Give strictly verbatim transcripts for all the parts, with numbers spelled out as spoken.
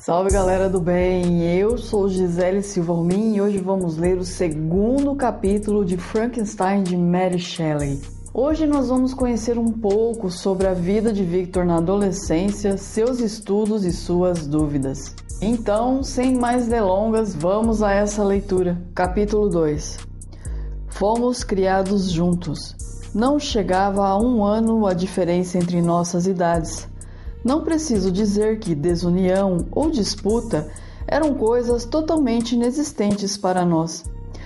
Salve galera do bem, eu sou Gisele Silvalmin e hoje vamos ler o segundo capítulo de Frankenstein de Mary Shelley. Hoje nós vamos conhecer um pouco sobre a vida de Victor na adolescência, seus estudos e suas dúvidas. Então, sem mais delongas, vamos a essa leitura. Capítulo dois. Fomos criados juntos. Não chegava a um ano a diferença entre nossas idades. Não preciso dizer que desunião ou disputa eram coisas totalmente inexistentes para nós.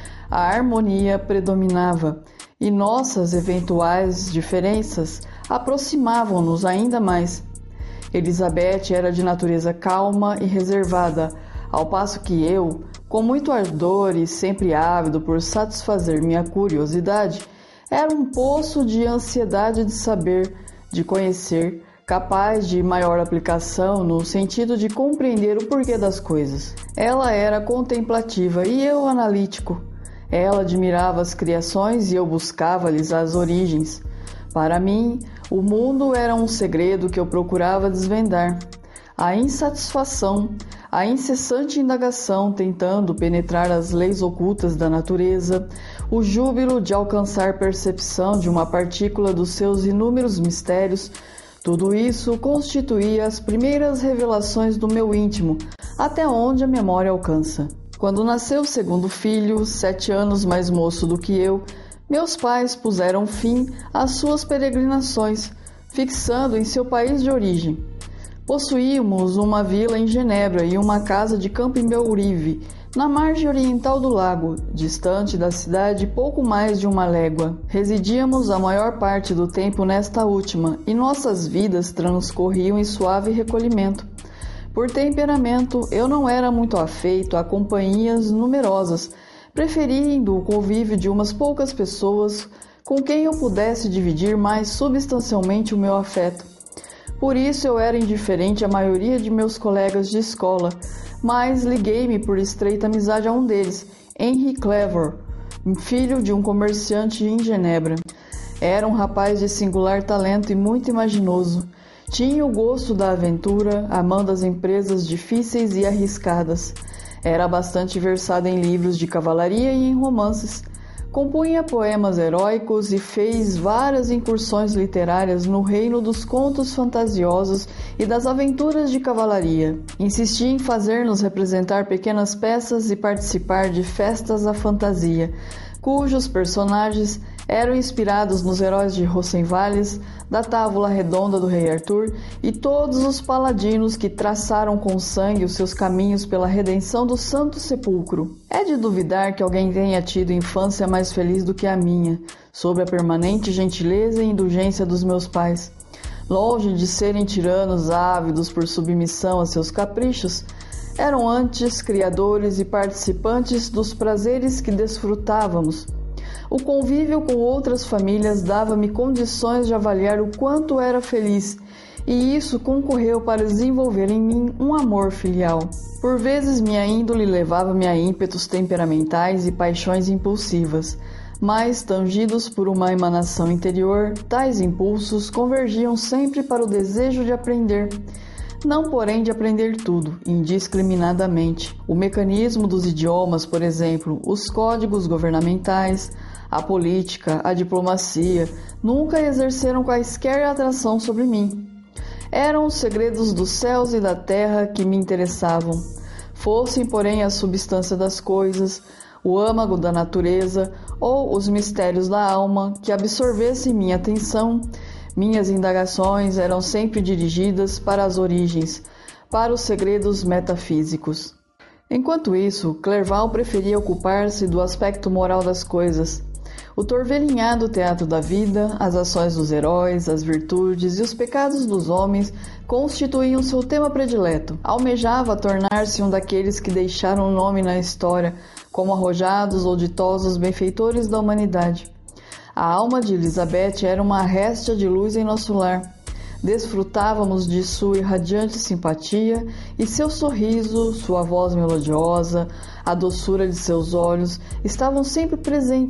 A harmonia predominava e nossas eventuais diferenças aproximavam-nos ainda mais. Elizabeth era de natureza calma e reservada, ao passo que eu, com muito ardor e sempre ávido por satisfazer minha curiosidade, era um poço de ansiedade de saber, de conhecer, capaz de maior aplicação no sentido de compreender o porquê das coisas. Ela era contemplativa e eu analítico. Ela admirava as criações e eu buscava-lhes as origens. Para mim, o mundo era um segredo que eu procurava desvendar. A insatisfação, a incessante indagação tentando penetrar as leis ocultas da natureza, o júbilo de alcançar percepção de uma partícula dos seus inúmeros mistérios, tudo isso constituía as primeiras revelações do meu íntimo, até onde a memória alcança. Quando nasceu o segundo filho, sete anos mais moço do que eu, meus pais puseram fim às suas peregrinações, fixando em seu país de origem. Possuíamos uma vila em Genebra e uma casa de campo em Belrive, na margem oriental do lago, distante da cidade pouco mais de uma légua. Residíamos a maior parte do tempo nesta última, e nossas vidas transcorriam em suave recolhimento. Por temperamento, eu não era muito afeito a companhias numerosas, preferindo o convívio de umas poucas pessoas com quem eu pudesse dividir mais substancialmente o meu afeto. Por isso eu era indiferente à maioria de meus colegas de escola, mas liguei-me por estreita amizade a um deles, Henry Clever, filho de um comerciante em Genebra. Era um rapaz de singular talento e muito imaginoso. Tinha o gosto da aventura, amando as empresas difíceis e arriscadas. Era bastante versado em livros de cavalaria e em romances. Compunha poemas heróicos e fez várias incursões literárias no reino dos contos fantasiosos e das aventuras de cavalaria. Insistia em fazer-nos representar pequenas peças e participar de festas à fantasia, cujos personagens eram inspirados nos heróis de Roncesvalles, da Távola Redonda do Rei Arthur e todos os paladinos que traçaram com sangue os seus caminhos pela redenção do Santo Sepulcro. É de duvidar que alguém tenha tido infância mais feliz do que a minha, sob a permanente gentileza e indulgência dos meus pais. Longe de serem tiranos ávidos por submissão a seus caprichos, eram antes criadores e participantes dos prazeres que desfrutávamos. O convívio com outras famílias dava-me condições de avaliar o quanto era feliz, e isso concorreu para desenvolver em mim um amor filial. Por vezes minha índole levava-me a ímpetos temperamentais e paixões impulsivas, mas, tangidos por uma emanação interior, tais impulsos convergiam sempre para o desejo de aprender. Não, porém, de aprender tudo, indiscriminadamente. O mecanismo dos idiomas, por exemplo, os códigos governamentais, a política, a diplomacia, nunca exerceram quaisquer atração sobre mim. Eram os segredos dos céus e da terra que me interessavam. Fossem, porém, a substância das coisas, o âmago da natureza ou os mistérios da alma que absorvessem minha atenção, minhas indagações eram sempre dirigidas para as origens, para os segredos metafísicos. Enquanto isso, Clerval preferia ocupar-se do aspecto moral das coisas. O torvelinhado teatro da vida, as ações dos heróis, as virtudes e os pecados dos homens constituíam seu tema predileto. Almejava tornar-se um daqueles que deixaram o nome na história, como arrojados ou ditosos benfeitores da humanidade. A alma de Elizabeth era uma réstia de luz em nosso lar. Desfrutávamos de sua irradiante simpatia e seu sorriso, sua voz melodiosa, a doçura de seus olhos estavam sempre presentes,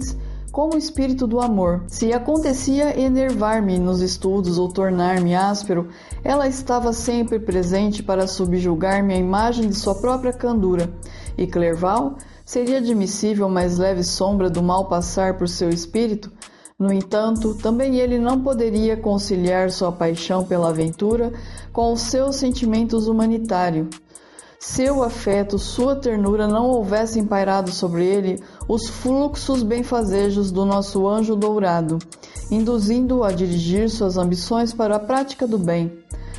como o espírito do amor. Se acontecia enervar-me nos estudos ou tornar-me áspero, ela estava sempre presente para subjugar-me à imagem de sua própria candura. E Clerval? Seria admissível mais leve sombra do mal passar por seu espírito? No entanto, também ele não poderia conciliar sua paixão pela aventura com os seus sentimentos humanitários. Seu afeto, sua ternura não houvessem pairado sobre ele os fluxos benfazejos do nosso anjo dourado, induzindo-o a dirigir suas ambições para a prática do bem.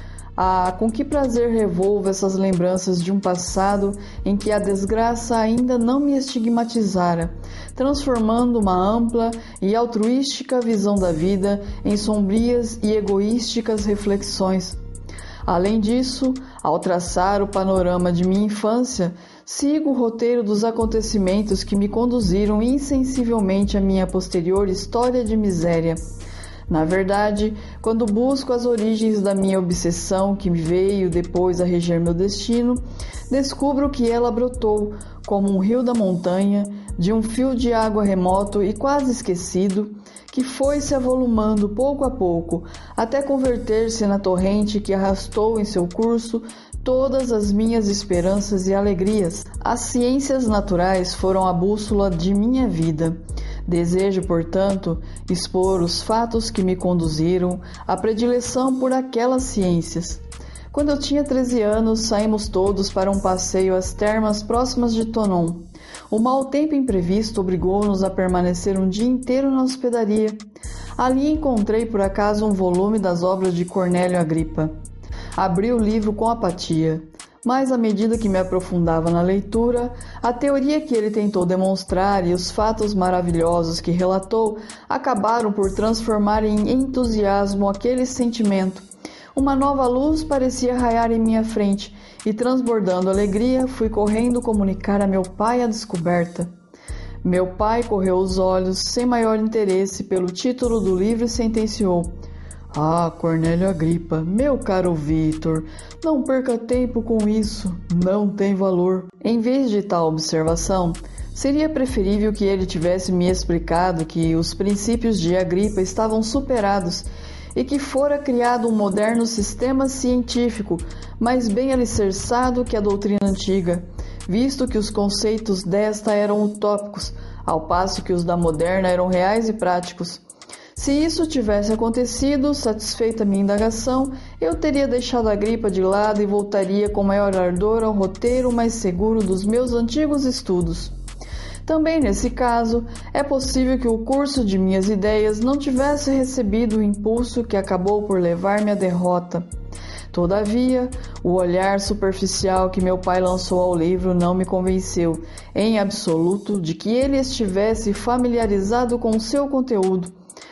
Ah, com que prazer revolvo essas lembranças de um passado em que a desgraça ainda não me estigmatizara, transformando uma ampla e altruística visão da vida em sombrias e egoísticas reflexões. Além disso, ao traçar o panorama de minha infância, sigo o roteiro dos acontecimentos que me conduziram insensivelmente à minha posterior história de miséria. Na verdade, quando busco as origens da minha obsessão que me veio depois a reger meu destino, descubro que ela brotou, como um rio da montanha, de um fio de água remoto e quase esquecido, que foi se avolumando pouco a pouco, até converter-se na torrente que arrastou em seu curso todas as minhas esperanças e alegrias. As ciências naturais foram a bússola de minha vida. Desejo, portanto, expor os fatos que me conduziram à predileção por aquelas ciências. Quando eu tinha treze anos, saímos todos para um passeio às termas próximas de Thonon. O mau tempo imprevisto obrigou-nos a permanecer um dia inteiro na hospedaria. Ali encontrei por acaso um volume das obras de Cornélio Agripa. Abri o livro com apatia, mas à medida que me aprofundava na leitura, a teoria que ele tentou demonstrar e os fatos maravilhosos que relatou acabaram por transformar em entusiasmo aquele sentimento. Uma nova luz parecia raiar em minha frente e, transbordando alegria, fui correndo comunicar a meu pai a descoberta. Meu pai correu os olhos, sem maior interesse, pelo título do livro e sentenciou: "Ah, Cornélio Agripa, meu caro Vitor, não perca tempo com isso, não tem valor." Em vez de tal observação, seria preferível que ele tivesse me explicado que os princípios de Agripa estavam superados e que fora criado um moderno sistema científico, mais bem alicerçado que a doutrina antiga, visto que os conceitos desta eram utópicos, ao passo que os da moderna eram reais e práticos. Se isso tivesse acontecido, satisfeita minha indagação, eu teria deixado Agripa de lado e voltaria com maior ardor ao roteiro mais seguro dos meus antigos estudos. Também nesse caso, é possível que o curso de minhas ideias não tivesse recebido o impulso que acabou por levar-me à derrota. Todavia, o olhar superficial que meu pai lançou ao livro não me convenceu, em absoluto, de que ele estivesse familiarizado com o seu conteúdo.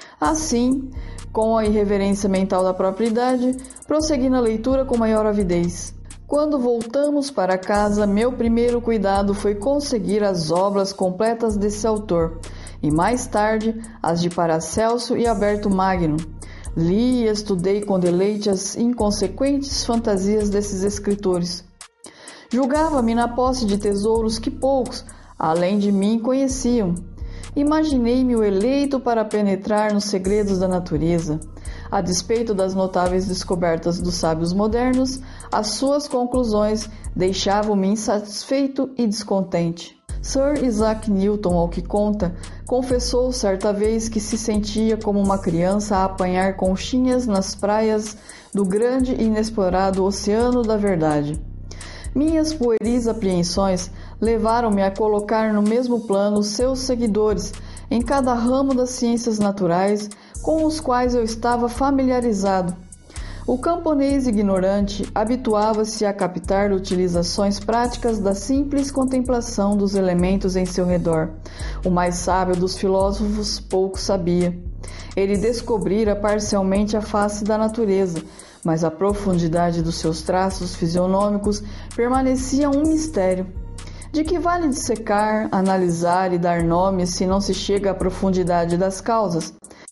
Assim, com a irreverência mental da própria idade, prossegui na leitura com maior avidez. Quando voltamos para casa, meu primeiro cuidado foi conseguir as obras completas desse autor, e mais tarde as de Paracelso e Alberto Magno. Li e estudei com deleite as inconsequentes fantasias desses escritores. Julgava-me na posse de tesouros que poucos, além de mim, conheciam. Imaginei-me o eleito para penetrar nos segredos da natureza. A despeito das notáveis descobertas dos sábios modernos, as suas conclusões deixavam-me insatisfeito e descontente. Sir Isaac Newton, ao que conta, confessou certa vez que se sentia como uma criança a apanhar conchinhas nas praias do grande e inexplorado oceano da verdade. Minhas pueris apreensões levaram-me a colocar no mesmo plano seus seguidores em cada ramo das ciências naturais com os quais eu estava familiarizado. O camponês ignorante habituava-se a captar utilizações práticas da simples contemplação dos elementos em seu redor. O mais sábio dos filósofos pouco sabia. Ele descobrira parcialmente a face da natureza, mas a profundidade dos seus traços fisionômicos permanecia um mistério. De que vale dissecar, analisar e dar nomes se não se chega à profundidade das causas?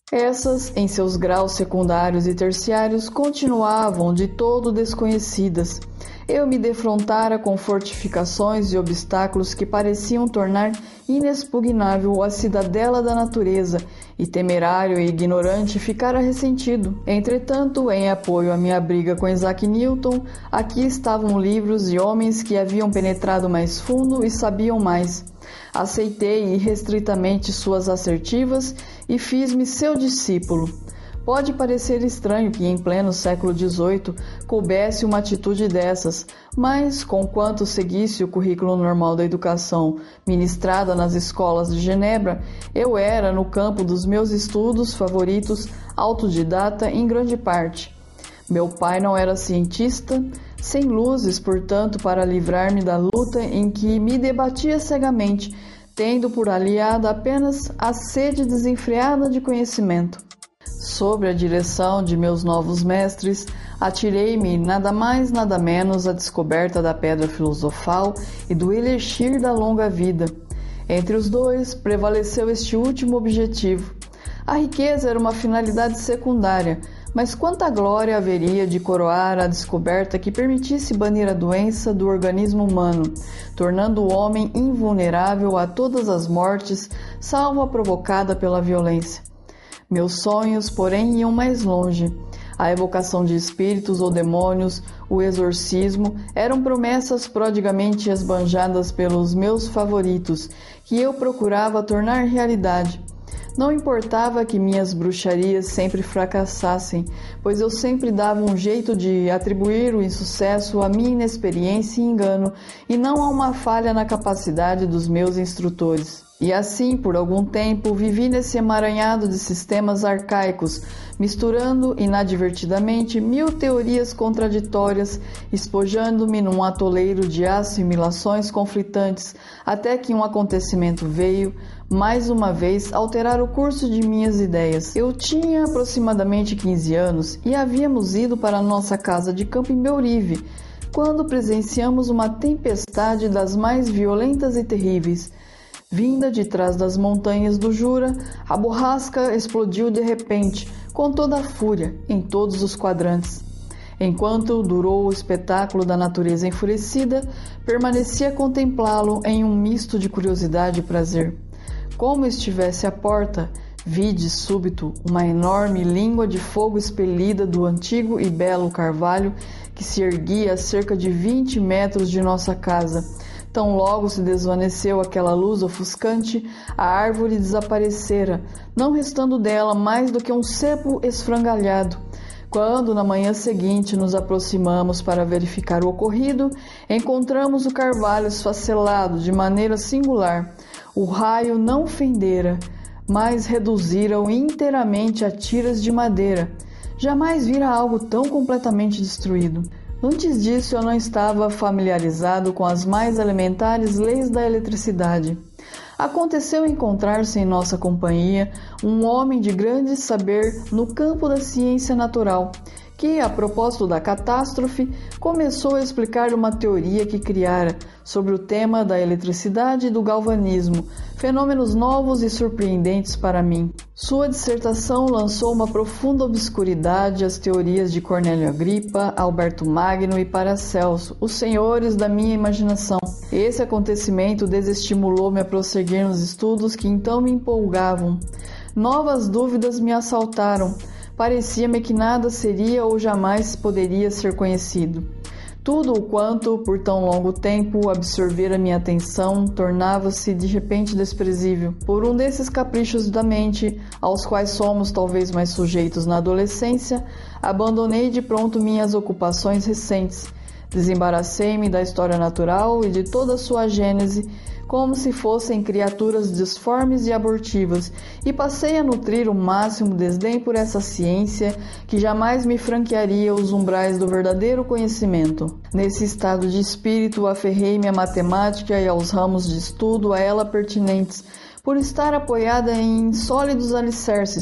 Essas, em seus graus secundários e terciários, continuavam de todo desconhecidas. Eu me defrontara com fortificações e obstáculos que pareciam tornar inexpugnável a cidadela da natureza, e temerário e ignorante ficara ressentido. Entretanto, em apoio à minha briga com Isaac Newton, aqui estavam livros e homens que haviam penetrado mais fundo e sabiam mais. Aceitei irrestritamente suas assertivas e fiz-me seu discípulo. Pode parecer estranho que em pleno século dezoito coubesse uma atitude dessas, mas, conquanto seguisse o currículo normal da educação ministrada nas escolas de Genebra, eu era, no campo dos meus estudos favoritos, autodidata em grande parte. Meu pai não era cientista, sem luzes, portanto, para livrar-me da luta em que me debatia cegamente, tendo por aliada apenas a sede desenfreada de conhecimento. Sob a direção de meus novos mestres, atirei-me nada mais nada menos à descoberta da pedra filosofal e do elixir da longa vida. Entre os dois, prevaleceu este último objetivo. A riqueza era uma finalidade secundária, mas quanta glória haveria de coroar a descoberta que permitisse banir a doença do organismo humano, tornando o homem invulnerável a todas as mortes, salvo a provocada pela violência. Meus sonhos, porém, iam mais longe. A evocação de espíritos ou demônios, o exorcismo, eram promessas prodigamente esbanjadas pelos meus favoritos, que eu procurava tornar realidade. Não importava que minhas bruxarias sempre fracassassem, pois eu sempre dava um jeito de atribuir o insucesso à minha inexperiência e engano, e não a uma falha na capacidade dos meus instrutores. E assim, por algum tempo, vivi nesse emaranhado de sistemas arcaicos, misturando inadvertidamente mil teorias contraditórias, espojando-me num atoleiro de assimilações conflitantes, até que um acontecimento veio, mais uma vez, alterar o curso de minhas ideias. Eu tinha aproximadamente quinze anos e havíamos ido para a nossa casa de campo em Beurive, quando presenciamos uma tempestade das mais violentas e terríveis. Vinda de trás das montanhas do Jura, a borrasca explodiu de repente, com toda a fúria, em todos os quadrantes. Enquanto durou o espetáculo da natureza enfurecida, permaneci a contemplá-lo em um misto de curiosidade e prazer. Como estivesse à porta, vi de súbito uma enorme língua de fogo expelida do antigo e belo carvalho que se erguia a cerca de vinte metros de nossa casa. Tão logo se desvaneceu aquela luz ofuscante, a árvore desaparecera, não restando dela mais do que um cepo esfrangalhado. Quando, na manhã seguinte, nos aproximamos para verificar o ocorrido, encontramos o carvalho esfacelado de maneira singular. O raio não fendera, mas reduzira-o inteiramente a tiras de madeira. Jamais vira algo tão completamente destruído. Antes disso, eu não estava familiarizado com as mais elementares leis da eletricidade. Aconteceu encontrar-se em nossa companhia um homem de grande saber no campo da ciência natural, que, a propósito da catástrofe, começou a explicar uma teoria que criara sobre o tema da eletricidade e do galvanismo, fenômenos novos e surpreendentes para mim. Sua dissertação lançou uma profunda obscuridade às teorias de Cornélio Agripa, Alberto Magno e Paracelso, os senhores da minha imaginação. Esse acontecimento desestimulou-me a prosseguir nos estudos que então me empolgavam. Novas dúvidas me assaltaram. Parecia-me que nada seria ou jamais poderia ser conhecido. Tudo o quanto, por tão longo tempo, absorvera minha atenção, tornava-se de repente desprezível. Por um desses caprichos da mente, aos quais somos talvez mais sujeitos na adolescência, abandonei de pronto minhas ocupações recentes. Desembaracei-me da história natural e de toda a sua gênese, como se fossem criaturas disformes e abortivas, e passei a nutrir o máximo desdém por essa ciência que jamais me franquearia os umbrais do verdadeiro conhecimento. Nesse estado de espírito, aferrei-me à matemática e aos ramos de estudo a ela pertinentes, por estar apoiada em sólidos alicerces,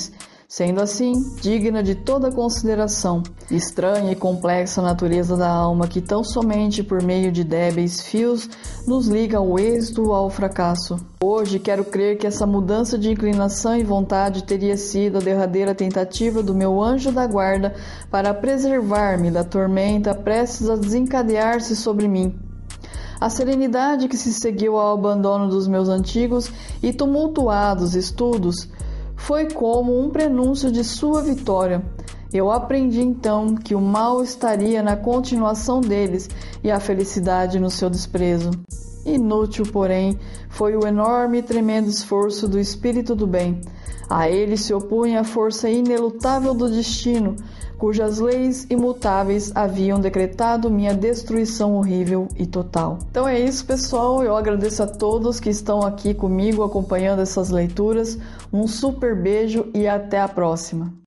sendo assim digna de toda consideração. Estranha e complexa a natureza da alma que tão somente por meio de débeis fios nos liga ao êxito ou ao fracasso. Hoje quero crer que essa mudança de inclinação e vontade teria sido a derradeira tentativa do meu anjo da guarda para preservar-me da tormenta prestes a desencadear-se sobre mim. A serenidade que se seguiu ao abandono dos meus antigos e tumultuados estudos foi como um prenúncio de sua vitória. Eu aprendi então que o mal estaria na continuação deles e a felicidade no seu desprezo. Inútil, porém, foi o enorme e tremendo esforço do espírito do bem. A ele se opunha a força inelutável do destino, cujas leis imutáveis haviam decretado minha destruição horrível e total. Então é isso, pessoal. Eu agradeço a todos que estão aqui comigo acompanhando essas leituras. Um super beijo e até a próxima.